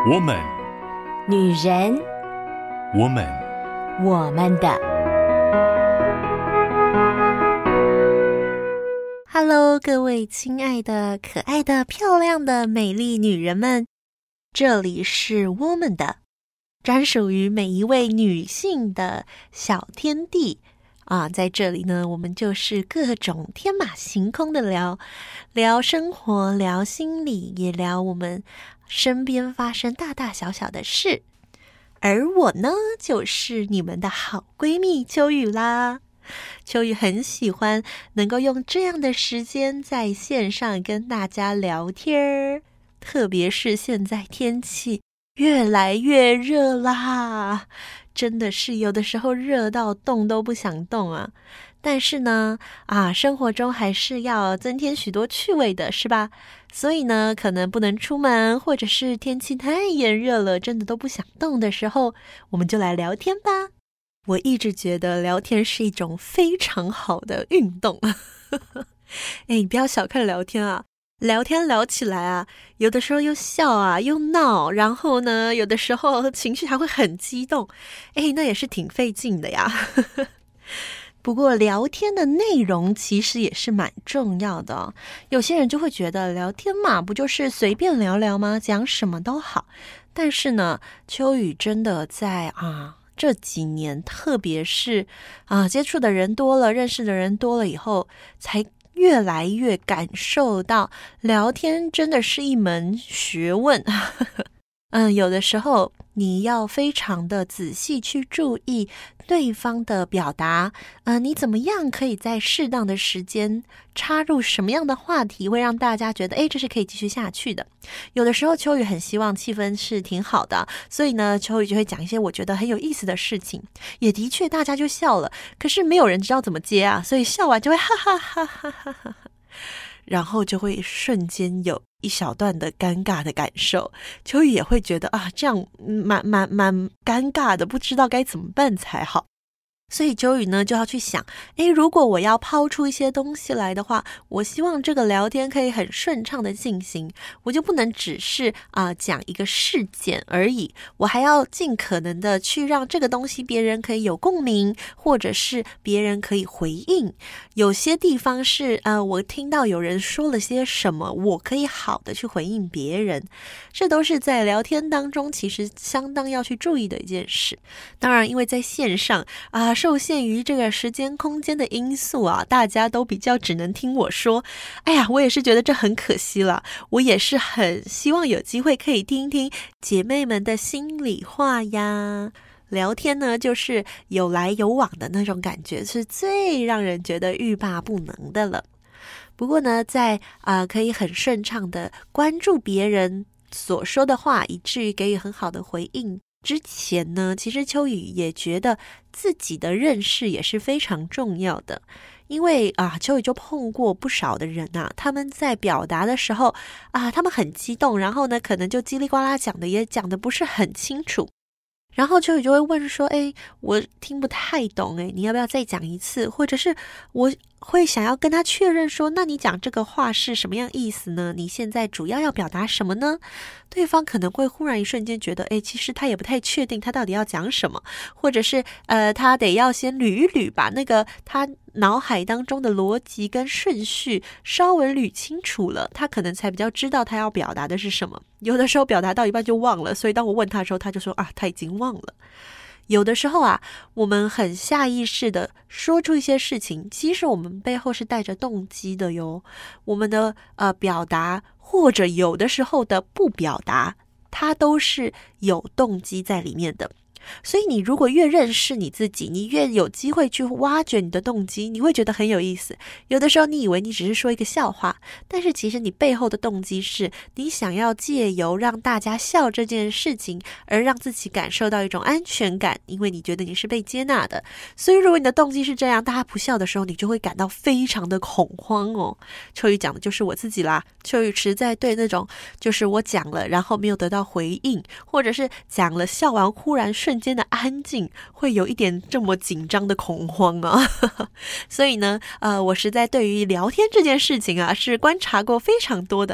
我们， 女人， 我们， 我们的。Hello， 各位亲爱的、可爱的、漂亮的、美丽女人们，这里是我们的，专属于每一位女性的小天地啊！在这里呢，我们就是各种天马行空的聊生活，聊心理，也聊我们身边发生大大小小的事。而我呢，就是你们的好闺蜜秋雨啦。秋雨很喜欢能够用这样的时间在线上跟大家聊天，特别是现在天气越来越热啦，真的是有的时候热到动都不想动啊。但是呢，生活中还是要增添许多趣味的，是吧？所以呢，可能不能出门，或者是天气太炎热了，真的都不想动的时候，我们就来聊天吧。我一直觉得聊天是一种非常好的运动。你不要小看聊天啊，聊天聊起来啊，有的时候又笑啊，又闹，然后呢，有的时候情绪还会很激动，那也是挺费劲的呀。不过聊天的内容其实也是蛮重要的哦。有些人就会觉得聊天嘛，不就是随便聊聊吗？讲什么都好。但是呢，秋雨真的在这几年，特别是接触的人多了，认识的人多了以后，才越来越感受到聊天真的是一门学问。有的时候你要非常的仔细去注意对方的表达，你怎么样可以在适当的时间插入什么样的话题，会让大家觉得这是可以继续下去的。有的时候秋雨很希望气氛是挺好的，所以呢，秋雨就会讲一些我觉得很有意思的事情，也的确大家就笑了，可是没有人知道怎么接啊，所以笑完就会哈哈哈哈哈哈，然后就会瞬间有一小段的尴尬的感受。秋雨也会觉得这样蛮尴尬的，不知道该怎么办才好。所以秋雨呢就要去想，如果我要抛出一些东西来的话，我希望这个聊天可以很顺畅的进行，我就不能只是讲一个事件而已，我还要尽可能的去让这个东西别人可以有共鸣，或者是别人可以回应。有些地方是我听到有人说了些什么，我可以好的去回应别人，这都是在聊天当中其实相当要去注意的一件事。当然因为在线上受限于这个时间空间的因素大家都比较只能听我说，我也是觉得这很可惜了，我也是很希望有机会可以听听姐妹们的心里话呀。聊天呢就是有来有往的那种感觉，是最让人觉得欲罢不能的了。不过呢，在可以很顺畅的关注别人所说的话，以至于给予很好的回应之前呢，其实秋雨也觉得自己的认识也是非常重要的。因为秋雨就碰过不少的人他们在表达的时候他们很激动，然后呢可能就叽里呱啦讲的也讲的不是很清楚，然后秋雨就会问说我听不太懂你要不要再讲一次，或者是我会想要跟他确认说，那你讲这个话是什么样意思呢？你现在主要表达什么呢？对方可能会忽然一瞬间觉得其实他也不太确定他到底要讲什么，或者是他得要先捋一捋，把那个他脑海当中的逻辑跟顺序稍微捋清楚了，他可能才比较知道他要表达的是什么。有的时候表达到一半就忘了，所以当我问他的时候，他就说他已经忘了。有的时候我们很下意识的说出一些事情，其实我们背后是带着动机的哟。我们的表达，或者有的时候的不表达，它都是有动机在里面的。所以你如果越认识你自己，你越有机会去挖掘你的动机，你会觉得很有意思。有的时候你以为你只是说一个笑话，但是其实你背后的动机是你想要借由让大家笑这件事情而让自己感受到一种安全感，因为你觉得你是被接纳的。所以如果你的动机是这样，大家不笑的时候，你就会感到非常的恐慌哦。秋雨讲的就是我自己啦。秋雨实在对那种就是我讲了然后没有得到回应，或者是讲了笑完忽然瞬间的安静，会有一点这么紧张的恐慌所以呢我实在对于聊天这件事情是观察过非常多的，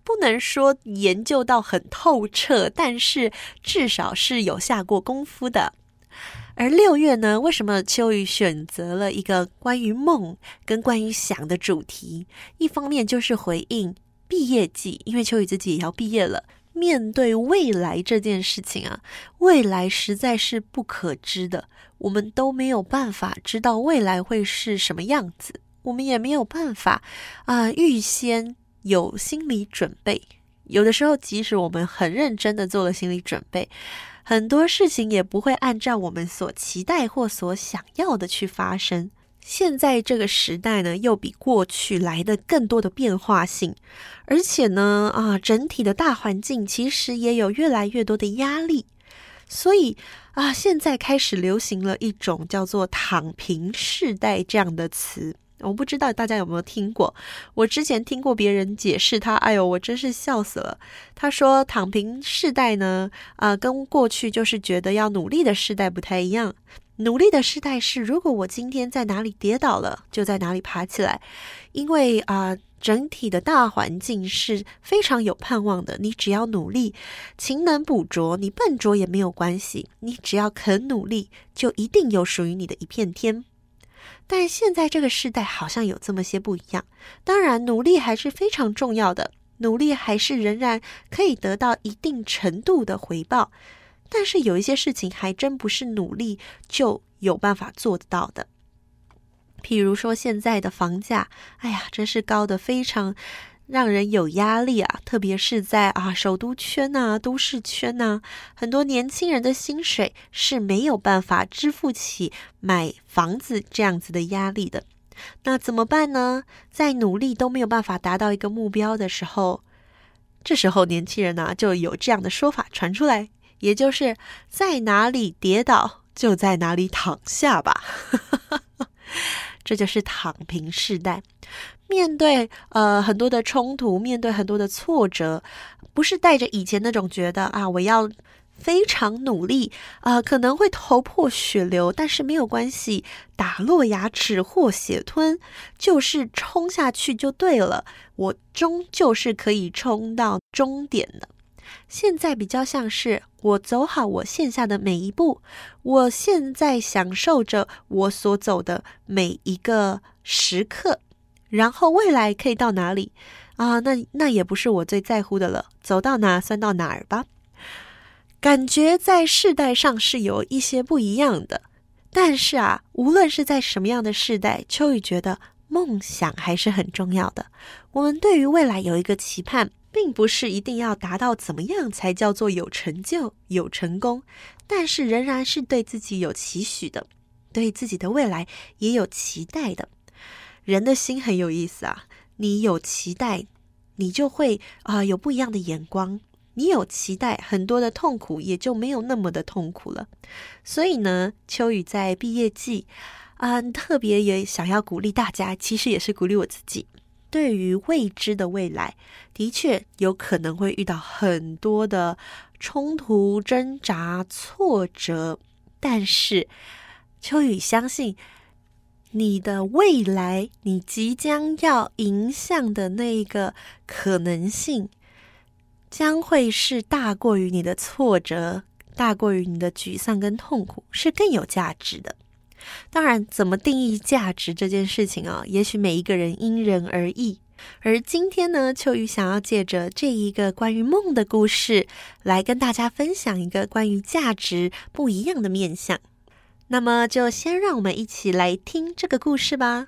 不能说研究到很透彻，但是至少是有下过功夫的。而6月呢，为什么秋雨选择了一个关于梦跟关于想的主题？一方面就是回应毕业季，因为秋雨自己也要毕业了，面对未来这件事情啊，未来实在是不可知的，我们都没有办法知道未来会是什么样子，我们也没有办法预先有心理准备。有的时候即使我们很认真的做了心理准备，很多事情也不会按照我们所期待或所想要的去发生。现在这个时代呢，又比过去来的更多的变化性，而且呢，整体的大环境其实也有越来越多的压力，所以现在开始流行了一种叫做躺平世代这样的词。我不知道大家有没有听过，我之前听过别人解释它，哎呦，我真是笑死了。他说躺平世代呢，跟过去就是觉得要努力的世代不太一样。努力的世代是，如果我今天在哪里跌倒了，就在哪里爬起来，因为整体的大环境是非常有盼望的。你只要努力，勤能补拙，你笨拙也没有关系，你只要肯努力，就一定有属于你的一片天。但现在这个时代好像有这么些不一样，当然努力还是非常重要的，努力还是仍然可以得到一定程度的回报，但是有一些事情还真不是努力就有办法做得到的。譬如说现在的房价，哎呀，真是高得非常让人有压力啊，特别是在首都圈都市圈很多年轻人的薪水是没有办法支付起买房子这样子的压力的。那怎么办呢？在努力都没有办法达到一个目标的时候，这时候年轻人就有这样的说法传出来，也就是在哪里跌倒就在哪里躺下吧。这就是躺平世代。面对很多的冲突，面对很多的挫折，不是带着以前那种觉得我要非常努力可能会头破血流，但是没有关系，打落牙齿或血吞，就是冲下去就对了，我终究是可以冲到终点的。现在比较像是我走好我线下的每一步，我现在享受着我所走的每一个时刻，然后未来可以到哪里那也不是我最在乎的了，走到哪算到哪儿吧。感觉在世代上是有一些不一样的，但是无论是在什么样的世代，秋雨觉得梦想还是很重要的。我们对于未来有一个期盼，并不是一定要达到怎么样才叫做有成就、有成功，但是仍然是对自己有期许的，对自己的未来也有期待的。人的心很有意思你有期待，你就会有不一样的眼光，你有期待，很多的痛苦也就没有那么的痛苦了。所以呢，秋雨在毕业季特别也想要鼓励大家，其实也是鼓励我自己，对于未知的未来，的确有可能会遇到很多的冲突、挣扎、挫折，但是秋雨相信你的未来，你即将要迎向的那个可能性，将会是大过于你的挫折，大过于你的沮丧跟痛苦，是更有价值的。当然，怎么定义价值这件事情也许每一个人因人而异。而今天呢，秋雨想要借着这一个关于梦的故事，来跟大家分享一个关于价值不一样的面向。那么就先让我们一起来听这个故事吧。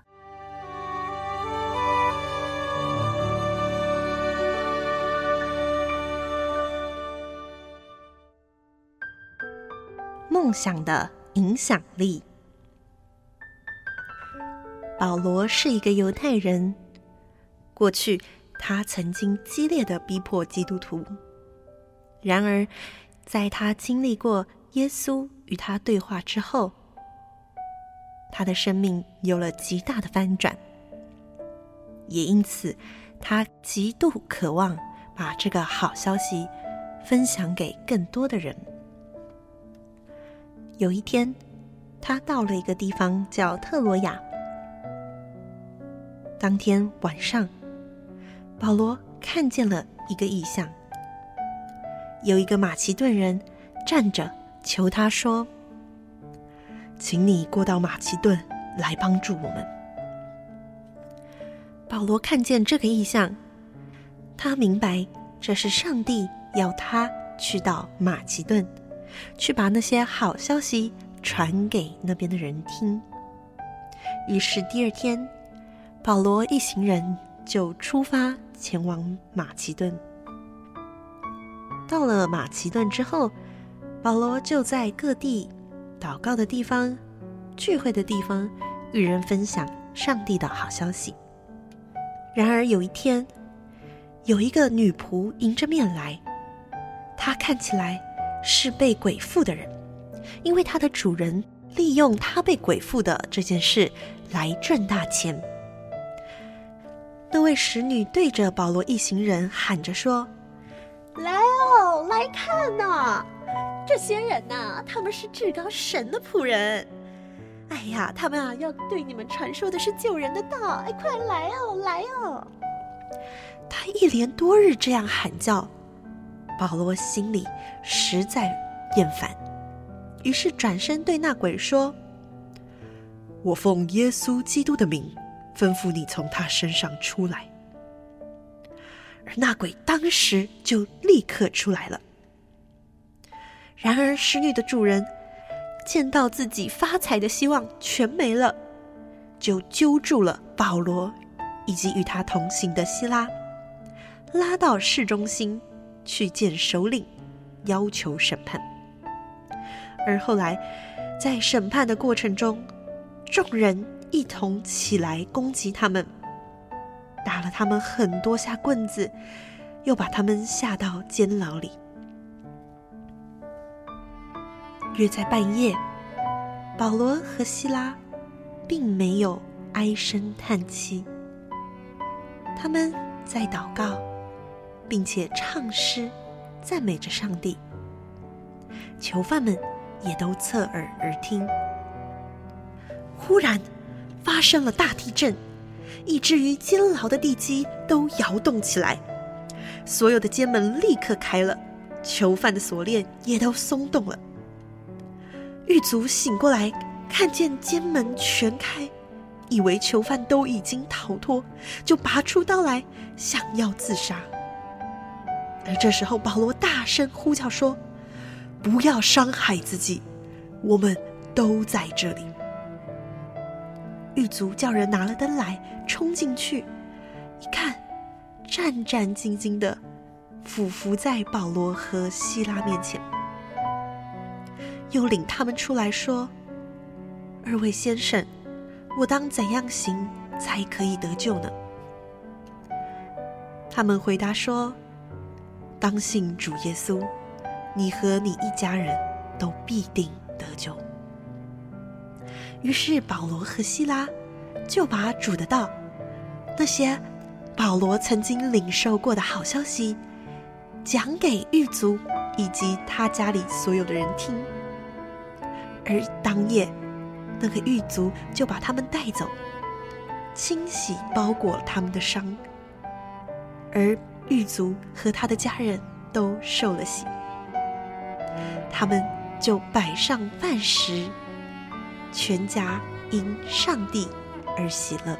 梦想的影响力。保罗是一个犹太人，过去他曾经激烈地逼迫基督徒，然而在他经历过耶稣与他对话之后，他的生命有了极大的翻转，也因此他极度渴望把这个好消息分享给更多的人。有一天，他到了一个地方叫特罗亚。当天晚上，保罗看见了一个异象。有一个马其顿人站着求他说：请你过到马其顿来帮助我们。保罗看见这个异象，他明白这是上帝要他去到马其顿，去把那些好消息传给那边的人听。于是第二天，保罗一行人就出发前往马其顿。到了马其顿之后，保罗就在各地祷告的地方、聚会的地方与人分享上帝的好消息。然而有一天，有一个女仆迎着面来，她看起来是被鬼附的人，因为她的主人利用她被鬼附的这件事来赚大钱。那位使女对着保罗一行人喊着说：来哦，来看啊，这些人啊，他们是至高神的仆人。哎呀，他们啊要对你们传说的是救人的道，哎，快来哦，来哦！他一连多日这样喊叫，保罗心里实在厌烦，于是转身对那鬼说：我奉耶稣基督的名，吩咐你从他身上出来。而那鬼当时就立刻出来了。然而使女的主人见到自己发财的希望全没了，就揪住了保罗以及与他同行的希拉，拉到市中心去见首领，要求审判。而后来在审判的过程中，众人一同起来攻击他们，打了他们很多下棍子，又把他们下到监牢里。约在半夜，保罗和希拉并没有唉声叹气，他们在祷告，并且唱诗赞美着上帝。囚犯们也都侧耳而听。忽然发生了大地震，以至于监牢的地基都摇动起来，所有的监门立刻开了，囚犯的锁链也都松动了。狱卒醒过来，看见监门全开，以为囚犯都已经逃脱，就拔出刀来想要自杀。而这时候保罗大声呼叫说：不要伤害自己，我们都在这里。狱卒叫人拿了灯来，冲进去一看，战战兢兢地俯伏在保罗和希拉面前，又领他们出来说：二位先生，我当怎样行才可以得救呢？他们回答说：当信主耶稣，你和你一家人都必定得救。于是保罗和希拉就把主的道，那些保罗曾经领受过的好消息，讲给狱卒以及他家里所有的人听。而当夜，那个狱卒就把他们带走，清洗包裹他们的伤，而狱卒和他的家人都受了洗。他们就摆上饭食，全家因上帝而喜乐。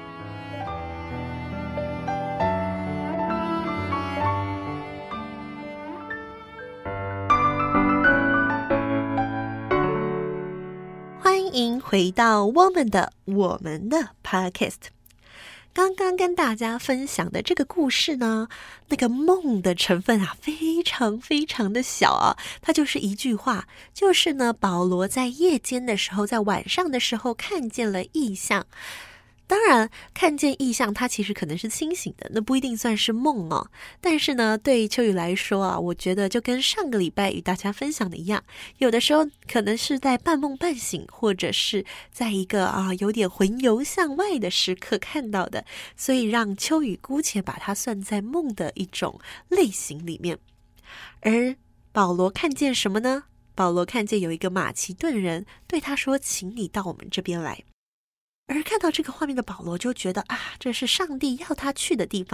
欢迎回到我们的 Podcast。刚刚跟大家分享的这个故事呢，那个梦的成分啊，非常非常的小啊。它就是一句话，就是呢，保罗在夜间的时候，在晚上的时候看见了异象。当然，看见异象，它其实可能是清醒的，那不一定算是梦哦。但是呢，对秋雨来说啊，我觉得就跟上个礼拜与大家分享的一样，有的时候可能是在半梦半醒，或者是在一个有点魂游向外的时刻看到的，所以让秋雨姑且把它算在梦的一种类型里面。而保罗看见什么呢？保罗看见有一个马其顿人对他说：请你到我们这边来。而看到这个画面的保罗就觉得这是上帝要他去的地方。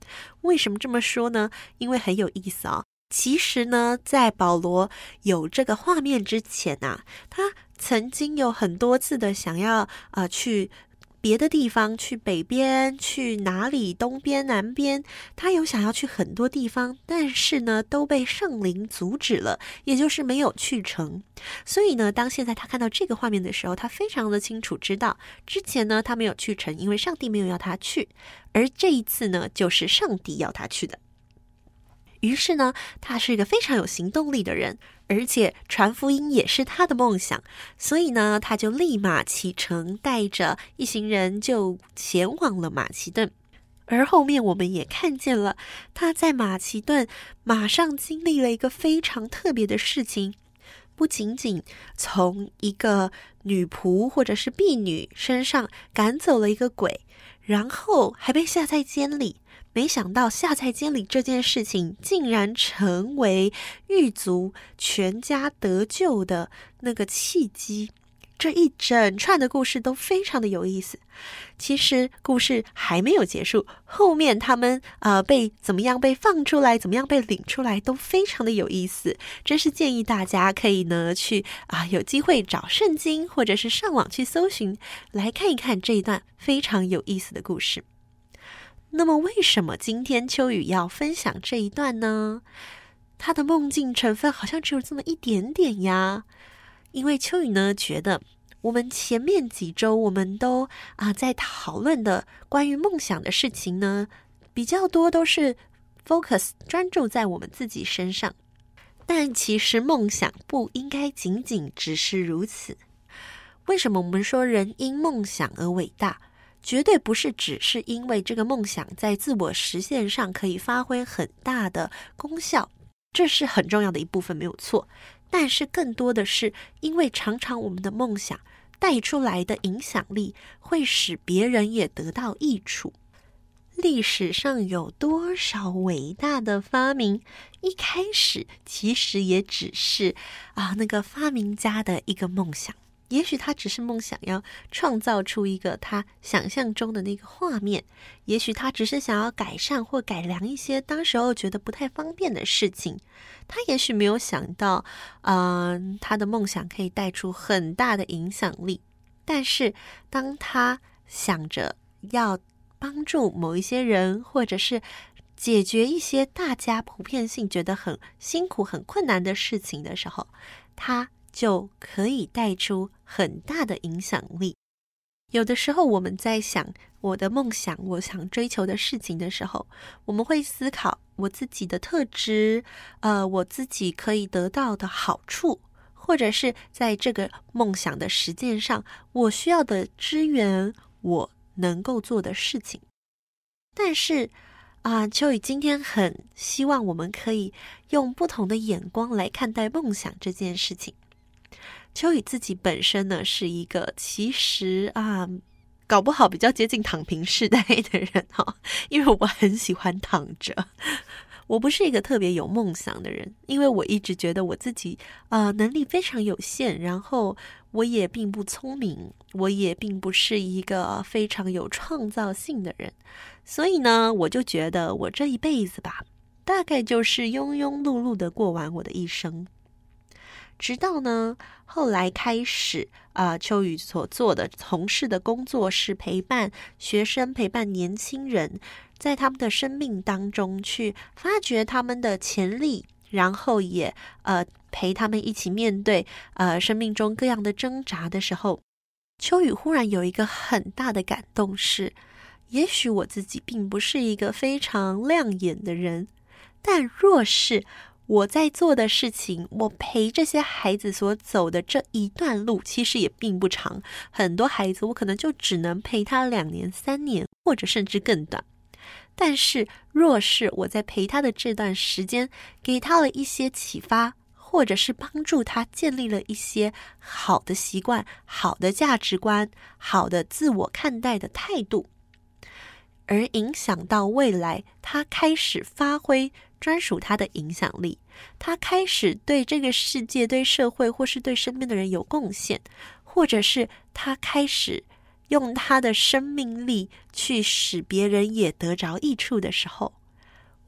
为什么这么说呢？因为很有意思哦。其实呢，在保罗有这个画面之前啊，他曾经有很多次的想要去别的地方，去北边，去哪里，东边、南边，他有想要去很多地方，但是呢，都被圣灵阻止了，也就是没有去成。所以呢，当现在他看到这个画面的时候，他非常的清楚知道，之前呢，他没有去成，因为上帝没有要他去，而这一次呢，就是上帝要他去的。于是呢，他是一个非常有行动力的人，而且传福音也是他的梦想，所以呢，他就立马启程，带着一行人就前往了马其顿。而后面我们也看见了，他在马其顿马上经历了一个非常特别的事情，不仅仅从一个女仆或者是婢女身上赶走了一个鬼，然后还被下在监里。没想到下在监里这件事情竟然成为狱卒全家得救的那个契机。这一整串的故事都非常的有意思。其实故事还没有结束，后面他们被怎么样被放出来，怎么样被领出来，都非常的有意思。真是建议大家可以呢去有机会找圣经，或者是上网去搜寻，来看一看这一段非常有意思的故事。那么为什么今天秋雨要分享这一段呢？他的梦境成分好像只有这么一点点呀。因为秋雨呢觉得我们前面几周我们都在讨论的关于梦想的事情呢，比较多都是 focus 专注在我们自己身上，但其实梦想不应该仅仅只是如此。为什么我们说人因梦想而伟大？绝对不是只是因为这个梦想在自我实现上可以发挥很大的功效，这是很重要的一部分，没有错。但是更多的是因为常常我们的梦想带出来的影响力会使别人也得到益处。历史上有多少伟大的发明，一开始其实也只是那个发明家的一个梦想。也许他只是梦想要创造出一个他想象中的那个画面，也许他只是想要改善或改良一些当时候觉得不太方便的事情，他也许没有想到他的梦想可以带出很大的影响力。但是当他想着要帮助某一些人，或者是解决一些大家普遍性觉得很辛苦很困难的事情的时候，他就可以带出很大的影响力。有的时候我们在想我的梦想，我想追求的事情的时候，我们会思考我自己的特质，我自己可以得到的好处，或者是在这个梦想的实践上我需要的资源，我能够做的事情。但是秋雨今天很希望我们可以用不同的眼光来看待梦想这件事情。秋雨自己本身呢是一个其实搞不好比较接近躺平世代的人因为我很喜欢躺着。我不是一个特别有梦想的人，因为我一直觉得我自己能力非常有限，然后我也并不聪明，我也并不是一个非常有创造性的人，所以呢我就觉得我这一辈子吧，大概就是庸庸碌碌的过完我的一生。直到呢后来开始秋雨所做的从事的工作是陪伴学生，陪伴年轻人，在他们的生命当中去发掘他们的潜力，然后也陪他们一起面对生命中各样的挣扎的时候，秋雨忽然有一个很大的感动，是也许我自己并不是一个非常亮眼的人，但若是我在做的事情，我陪这些孩子所走的这一段路其实也并不长，很多孩子我可能就只能陪他2年3年，或者甚至更短。但是若是我在陪他的这段时间给他了一些启发，或者是帮助他建立了一些好的习惯，好的价值观，好的自我看待的态度，而影响到未来他开始发挥专属他的影响力，他开始对这个世界，对社会，或是对身边的人有贡献，或者是他开始用他的生命力去使别人也得着益处的时候，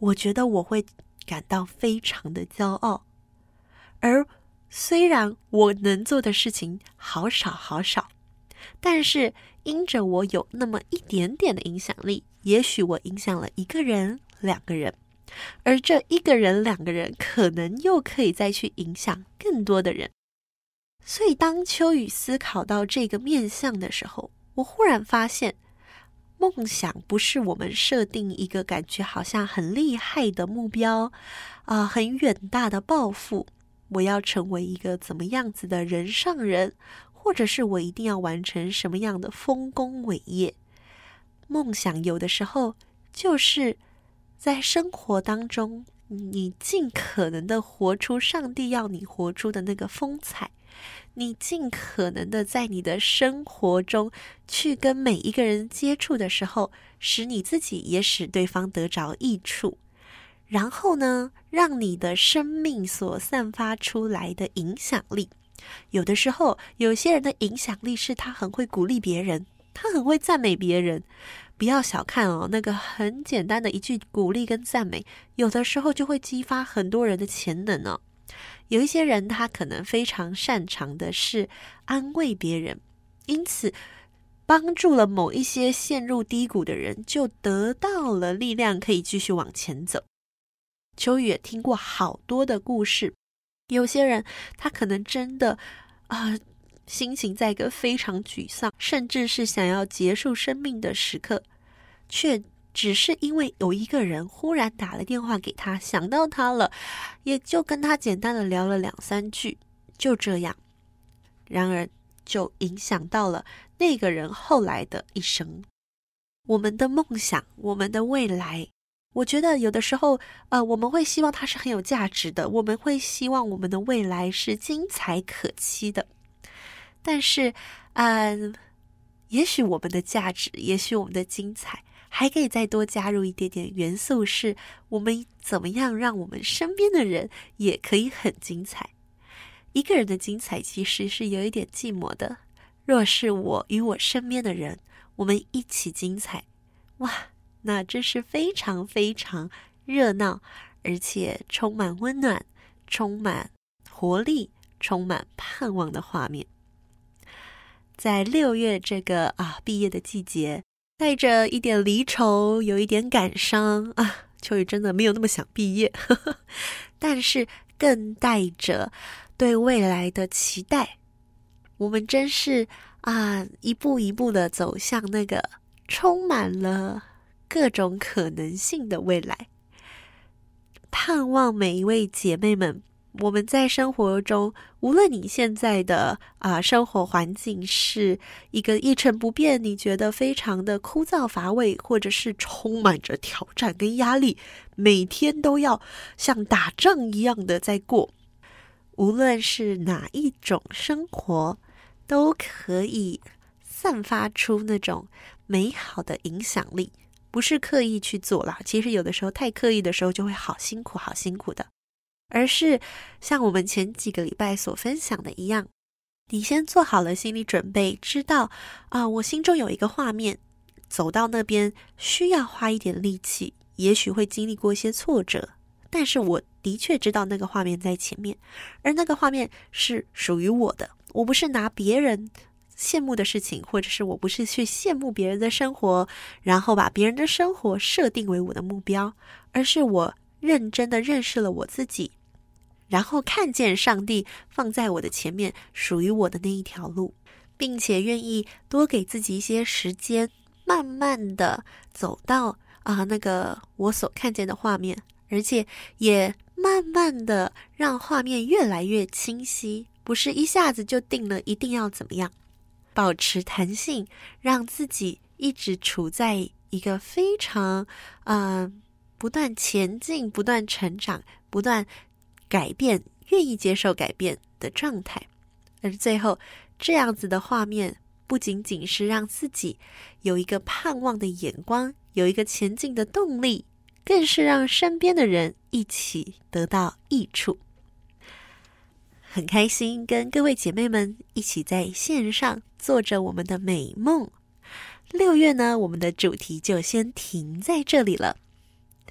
我觉得我会感到非常的骄傲。而虽然我能做的事情好少好少，但是因着我有那么一点点的影响力，也许我影响了1个人、2个人，而这1个人、2个人可能又可以再去影响更多的人。所以当秋雨思考到这个面向的时候，我忽然发现，梦想不是我们设定一个感觉好像很厉害的目标很远大的抱负，我要成为一个怎么样子的人上人，或者是我一定要完成什么样的丰功伟业。梦想有的时候就是在生活当中，你尽可能的活出上帝要你活出的那个风采，你尽可能的在你的生活中去跟每一个人接触的时候，使你自己也使对方得着益处，然后呢，让你的生命所散发出来的影响力。有的时候有些人的影响力是他很会鼓励别人，他很会赞美别人。不要小看那个很简单的一句鼓励跟赞美，有的时候就会激发很多人的潜能有一些人他可能非常擅长的是安慰别人，因此帮助了某一些陷入低谷的人，就得到了力量可以继续往前走。秋雨也听过好多的故事，有些人他可能真的心情在一个非常沮丧，甚至是想要结束生命的时刻，却只是因为有一个人忽然打了电话给他，想到他了，也就跟他简单的聊了2-3句，就这样，然而就影响到了那个人后来的一生。我们的梦想，我们的未来，我觉得有的时候我们会希望它是很有价值的，我们会希望我们的未来是精彩可期的，但是也许我们的价值，也许我们的精彩还可以再多加入一点点元素，是我们怎么样让我们身边的人也可以很精彩。一个人的精彩其实是有一点寂寞的，若是我与我身边的人，我们一起精彩，哇，那真是非常非常热闹，而且充满温暖，充满活力，充满盼望的画面。在6月这个毕业的季节，带着一点离愁，有一点感伤秋雨真的没有那么想毕业但是更带着对未来的期待，我们真是一步一步的走向那个充满了各种可能性的未来。盼望每一位姐妹们，我们在生活中，无论你现在的生活环境是一个一成不变，你觉得非常的枯燥乏味，或者是充满着挑战跟压力，每天都要像打仗一样的在过，无论是哪一种生活，都可以散发出那种美好的影响力。不是刻意去做啦，其实有的时候太刻意的时候就会好辛苦好辛苦的，而是像我们前几个礼拜所分享的一样，你先做好了心理准备，知道我心中有一个画面，走到那边需要花一点力气，也许会经历过一些挫折，但是我的确知道那个画面在前面，而那个画面是属于我的，我不是拿别人羡慕的事情，或者是我不是去羡慕别人的生活，然后把别人的生活设定为我的目标，而是我认真的认识了我自己，然后看见上帝放在我的前面属于我的那一条路，并且愿意多给自己一些时间，慢慢的走到那个我所看见的画面，而且也慢慢的让画面越来越清晰，不是一下子就定了一定要怎么样，保持弹性，让自己一直处在一个非常不断前进，不断成长，不断改变，愿意接受改变的状态。而最后这样子的画面，不仅仅是让自己有一个盼望的眼光，有一个前进的动力，更是让身边的人一起得到益处。很开心跟各位姐妹们一起在线上做着我们的美梦。6月呢，我们的主题就先停在这里了。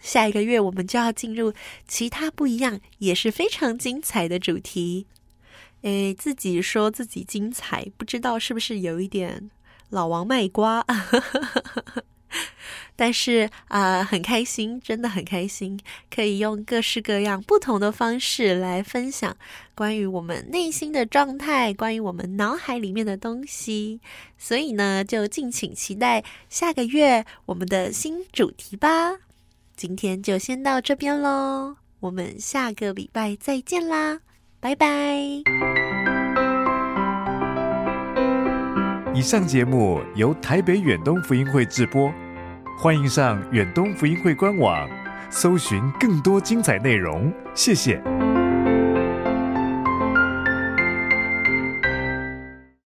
下一个月我们就要进入其他不一样也是非常精彩的主题。自己说自己精彩，不知道是不是有一点老王卖瓜但是很开心，真的很开心，可以用各式各样不同的方式来分享关于我们内心的状态，关于我们脑海里面的东西。所以呢，就敬请期待下个月我们的新主题吧。今天就先到这边咯，我们下个礼拜再见啦，拜拜。 以上节目由台北远东福音会制播，欢迎上远东福音会官网搜寻更多精彩内容，谢谢。